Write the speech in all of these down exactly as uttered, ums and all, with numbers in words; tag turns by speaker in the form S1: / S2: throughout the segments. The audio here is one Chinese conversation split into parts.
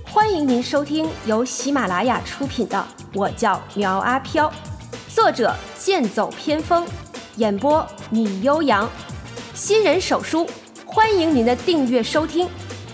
S1: 欢迎您收听由喜马拉雅出品的《我叫苗阿飘》，作者剑走偏锋，演播米悠扬，新人手书，欢迎您的订阅收听。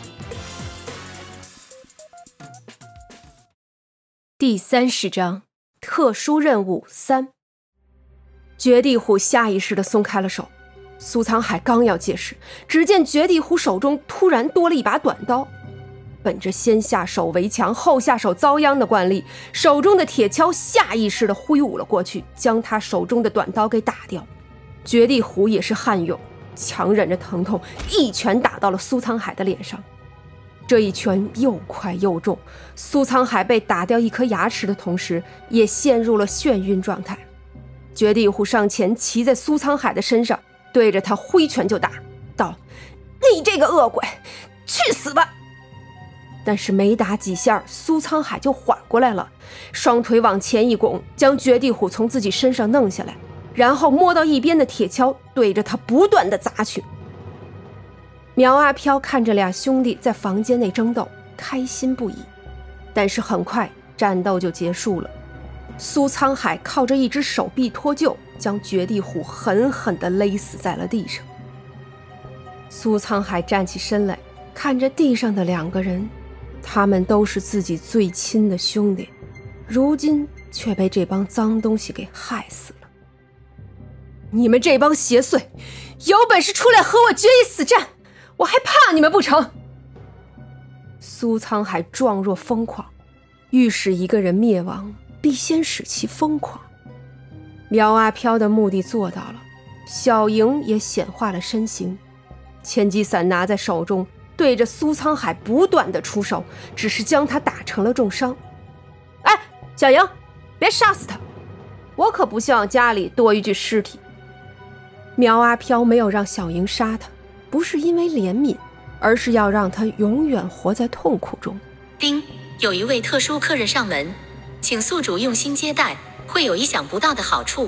S1: 第三十章，特殊任务三。绝地虎下意识地松开了手，苏沧海刚要解释，只见绝地虎手中突然多了一把短刀。本着先下手为强后下手遭殃的惯例，手中的铁锹下意识地挥舞了过去，将他手中的短刀给打掉。绝地虎也是悍勇，强忍着疼痛，一拳打到了苏沧海的脸上。这一拳又快又重，苏沧海被打掉一颗牙齿的同时，也陷入了眩晕状态。绝地虎上前骑在苏沧海的身上，对着他挥拳就打，道：“你这个恶鬼，去死吧！”但是没打几下，苏沧海就缓过来了，双腿往前一拱，将绝地虎从自己身上弄下来，然后摸到一边的铁锹，对着他不断的砸去。苗阿飘看着俩兄弟在房间内争斗，开心不已。但是很快战斗就结束了，苏沧海靠着一只手臂脱臼，将绝地虎狠狠地勒死在了地上。苏沧海站起身来，看着地上的两个人，他们都是自己最亲的兄弟，如今却被这帮脏东西给害死了。你们这帮邪祟，有本事出来和我决一死战，我还怕你们不成？苏沧海状若疯狂，欲使一个人灭亡，必先使其疯狂。苗阿飘的目的做到了，小莹也显化了身形，千机伞拿在手中，对着苏沧海不断的出手，只是将他打成了重伤。哎，小莹，别杀死他，我可不希望家里多一具尸体。苗阿飘没有让小莹杀他，不是因为怜悯，而是要让他永远活在痛苦中。
S2: 丁，有一位特殊客人上门，请宿主用心接待，会有意想不到的好处。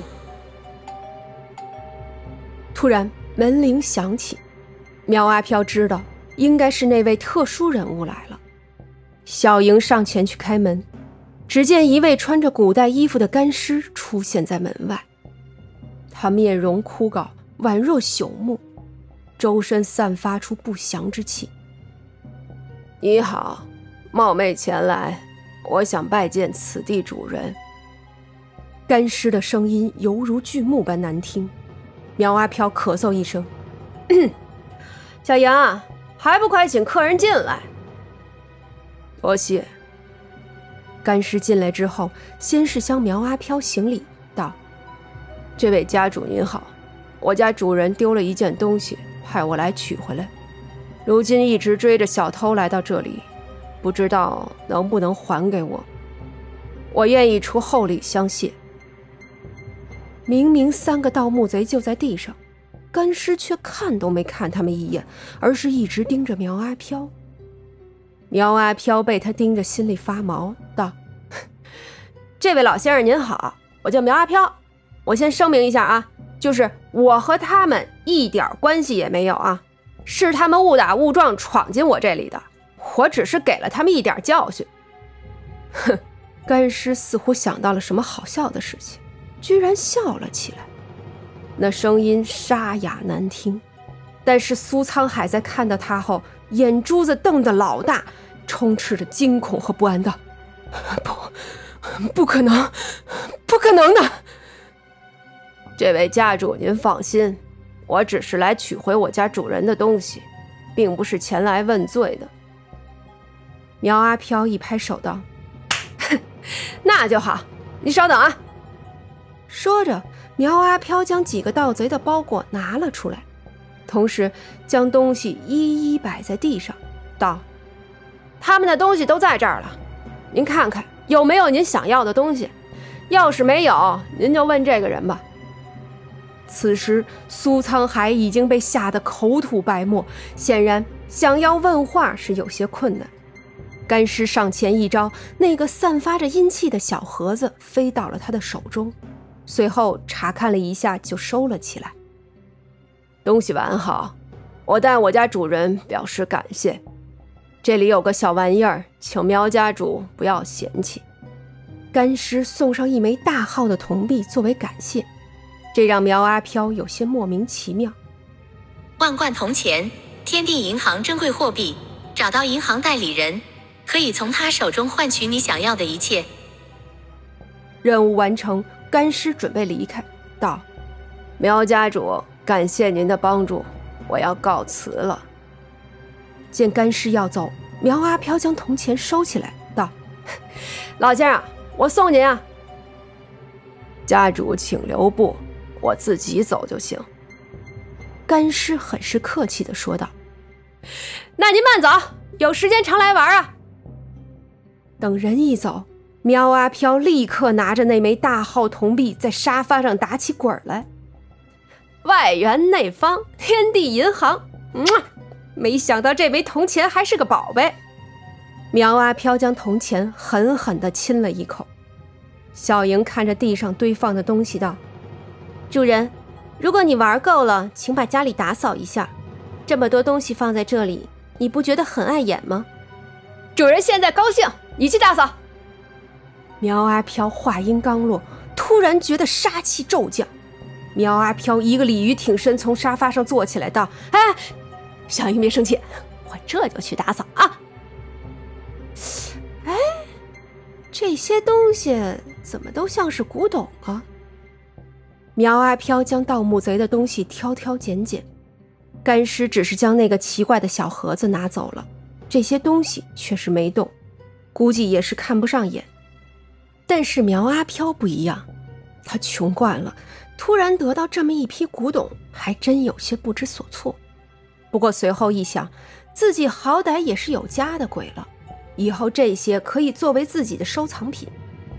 S1: 突然门铃响起，苗阿飘知道应该是那位特殊人物来了。小莹上前去开门，只见一位穿着古代衣服的干尸出现在门外。他面容枯槁，宛若朽木，周身散发出不祥之气。你好，冒昧前来，我想拜见此地主人。干尸的声音犹如锯木般难听。苗阿飘咳嗽一声，小莹，还不快请客人进来。多谢。干尸进来之后，先是向苗阿飘行礼，道：这位家主您好，我家主人丢了一件东西，派我来取回来，如今一直追着小偷来到这里，不知道能不能还给我，我愿意出厚礼相谢。明明三个盗墓贼就在地上，干尸却看都没看他们一眼，而是一直盯着苗阿飘。苗阿飘被他盯着心里发毛，道：这位老先生您好，我叫苗阿飘，我先声明一下啊，就是我和他们一点关系也没有啊，是他们误打误撞闯进我这里的，我只是给了他们一点教训。哼，干尸似乎想到了什么好笑的事情，居然笑了起来，那声音沙哑难听。但是苏沧海在看到他后，眼珠子瞪得老大，充斥着惊恐和不安道：不，不可能，不可能的。这位家主您放心，我只是来取回我家主人的东西，并不是前来问罪的。苗阿飘一拍手道：那就好，你稍等啊。说着，苗阿飘将几个盗贼的包裹拿了出来，同时将东西一一摆在地上，道：他们的东西都在这儿了，您看看有没有您想要的东西，要是没有，您就问这个人吧。此时苏沧海已经被吓得口吐白沫，显然想要问话是有些困难。干尸上前一招，那个散发着阴气的小盒子飞到了他的手中，随后查看了一下就收了起来。东西完好，我代我家主人表示感谢。 这里有个小玩意儿，请苗家主不要嫌弃。干尸送上一枚大号的铜币作为感谢，这让苗阿飘有些莫名其妙。
S2: 万贯铜钱，天地银行珍贵货币，找到银行代理人，可以从他手中换取你想要的一切。
S1: 任务完成，干尸准备离开，道：苗家主，感谢您的帮助，我要告辞了。见干尸要走，苗阿飘将铜钱收起来，道：老先生，我送您啊。家主请留步，我自己走就行。干尸很是客气地说道：那您慢走，有时间常来玩啊。等人一走，苗阿飘立刻拿着那枚大号铜币在沙发上打起滚来。外圆内方，天地银行，嗯，没想到这枚铜钱还是个宝贝。苗阿飘将铜钱狠狠地亲了一口。小莹看着地上堆放的东西道：主人，如果你玩够了，请把家里打扫一下，这么多东西放在这里，你不觉得很碍眼吗？主人现在高兴，你去打扫。苗阿飘话音刚落，突然觉得杀气骤降。苗阿飘一个鲤鱼挺身从沙发上坐起来道：哎，小英别生气，我这就去打扫啊。哎，这些东西怎么都像是古董啊？苗阿飘将盗墓贼的东西挑挑拣拣，干尸只是将那个奇怪的小盒子拿走了，这些东西却是没动，估计也是看不上眼。但是苗阿飘不一样，他穷惯了，突然得到这么一批古董，还真有些不知所措。不过随后一想，自己好歹也是有家的鬼了，以后这些可以作为自己的收藏品。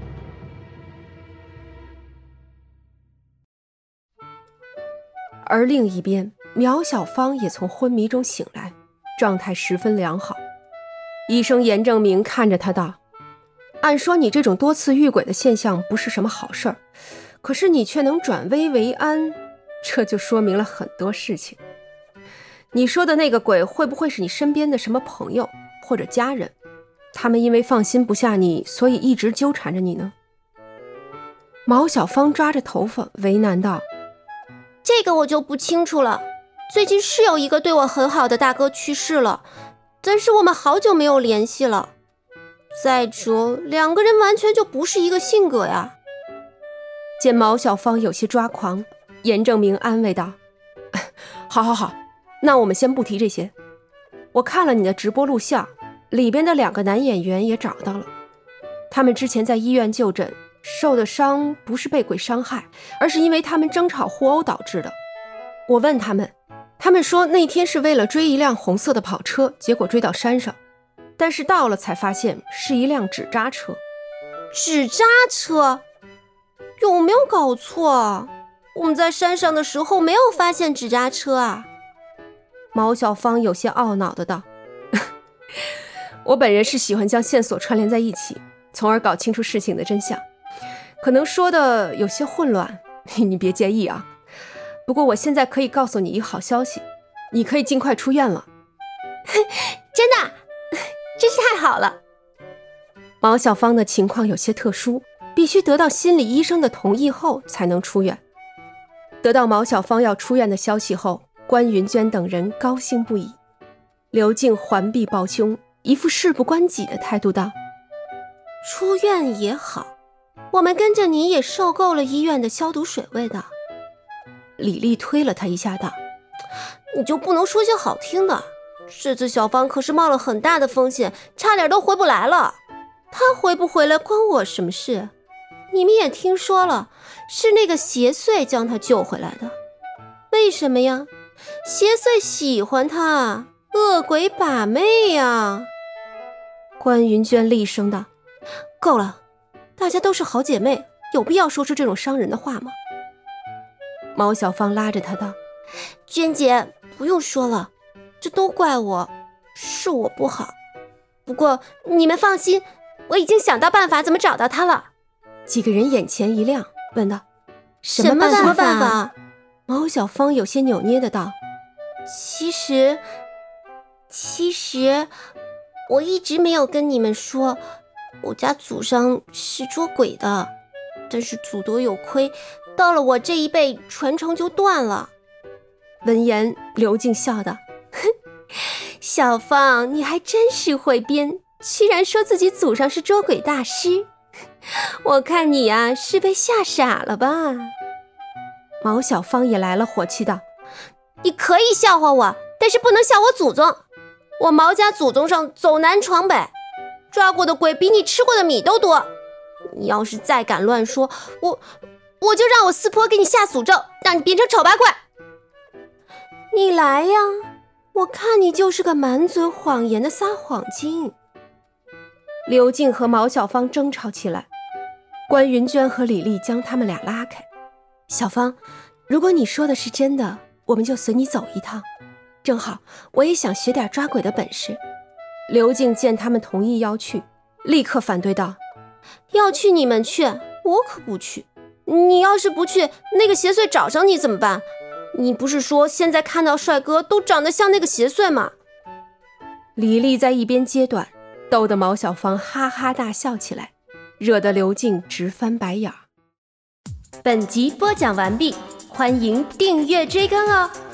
S1: 而另一边，苗小芳也从昏迷中醒来，状态十分良好。医生严正明看着他道：按说你这种多次遇鬼的现象不是什么好事儿，可是你却能转危为安，这就说明了很多事情。你说的那个鬼会不会是你身边的什么朋友或者家人？他们因为放心不下你，所以一直纠缠着你呢？毛小芳抓着头发为难道：
S3: 这个我就不清楚了，最近是有一个对我很好的大哥去世了，但是我们好久没有联系了。再者，两个人完全就不是一个性格呀。
S1: 见毛小芳有些抓狂，严正明安慰道：好好好，那我们先不提这些。我看了你的直播录像，里边的两个男演员也找到了，他们之前在医院就诊，受的伤不是被鬼伤害，而是因为他们争吵互殴导致的。我问他们，他们说那天是为了追一辆红色的跑车，结果追到山上，但是到了才发现是一辆纸扎车。
S3: 纸扎车？有没有搞错？我们在山上的时候没有发现纸扎车啊。
S1: 毛小芳有些懊恼的道：我本人是喜欢将线索串联在一起，从而搞清楚事情的真相，可能说的有些混乱，你别介意啊。不过我现在可以告诉你一个好消息，你可以尽快出院了。
S3: 真的？真是太好了。
S1: 毛小芳的情况有些特殊，必须得到心理医生的同意后才能出院。得到毛小芳要出院的消息后，关云娟等人高兴不已。刘静环臂抱胸，一副事不关己的态度道：
S3: 出院也好，我们跟着你也受够了医院的消毒水味的。
S1: 李丽推了他一下道：
S3: 你就不能说些好听的？这次小芳可是冒了很大的风险，差点都回不来了。她回不回来关我什么事？你们也听说了，是那个邪祟将她救回来的。为什么呀？邪祟喜欢她，恶鬼把妹呀。
S1: 关云娟厉声道：
S3: 够了，大家都是好姐妹，有必要说出这种伤人的话吗？
S1: 毛小芳拉着她道：
S3: 娟姐，不用说了，这都怪我，是我不好。不过你们放心，我已经想到办法怎么找到他了。
S1: 几个人眼前一亮，问道：
S3: 什么办法？什么办法？
S1: 毛小芳有些扭捏的道：
S3: 其实其实我一直没有跟你们说，我家祖上是捉鬼的，但是祖德有亏，到了我这一辈传承就断了。
S1: 闻言，刘静笑道：
S3: 哼，小芳，你还真是会编，居然说自己祖上是捉鬼大师，我看你啊是被吓傻了吧。
S1: 毛小芳也来了，火气道：
S3: 你可以笑话我，但是不能笑我祖宗。我毛家祖宗上走南闯北，抓过的鬼比你吃过的米都多。你要是再敢乱说，我我就让我四婆给你下诅咒，让你变成丑八怪。你来呀，我看你就是个满嘴谎言的撒谎精。
S1: 刘静和毛小芳争吵起来，关云娟和李丽将他们俩拉开。小芳，如果你说的是真的，我们就随你走一趟，正好我也想学点抓鬼的本事。刘静见他们同意要去，立刻反对道：
S3: 要去你们去，我可不去。你要是不去，那个邪祟找上你怎么办？你不是说现在看到帅哥都长得像那个邪祟吗？
S1: 李丽在一边接短，逗得毛小芳哈哈大笑起来，惹得刘静直翻白眼。
S3: 本集播讲完毕，欢迎订阅追更哦。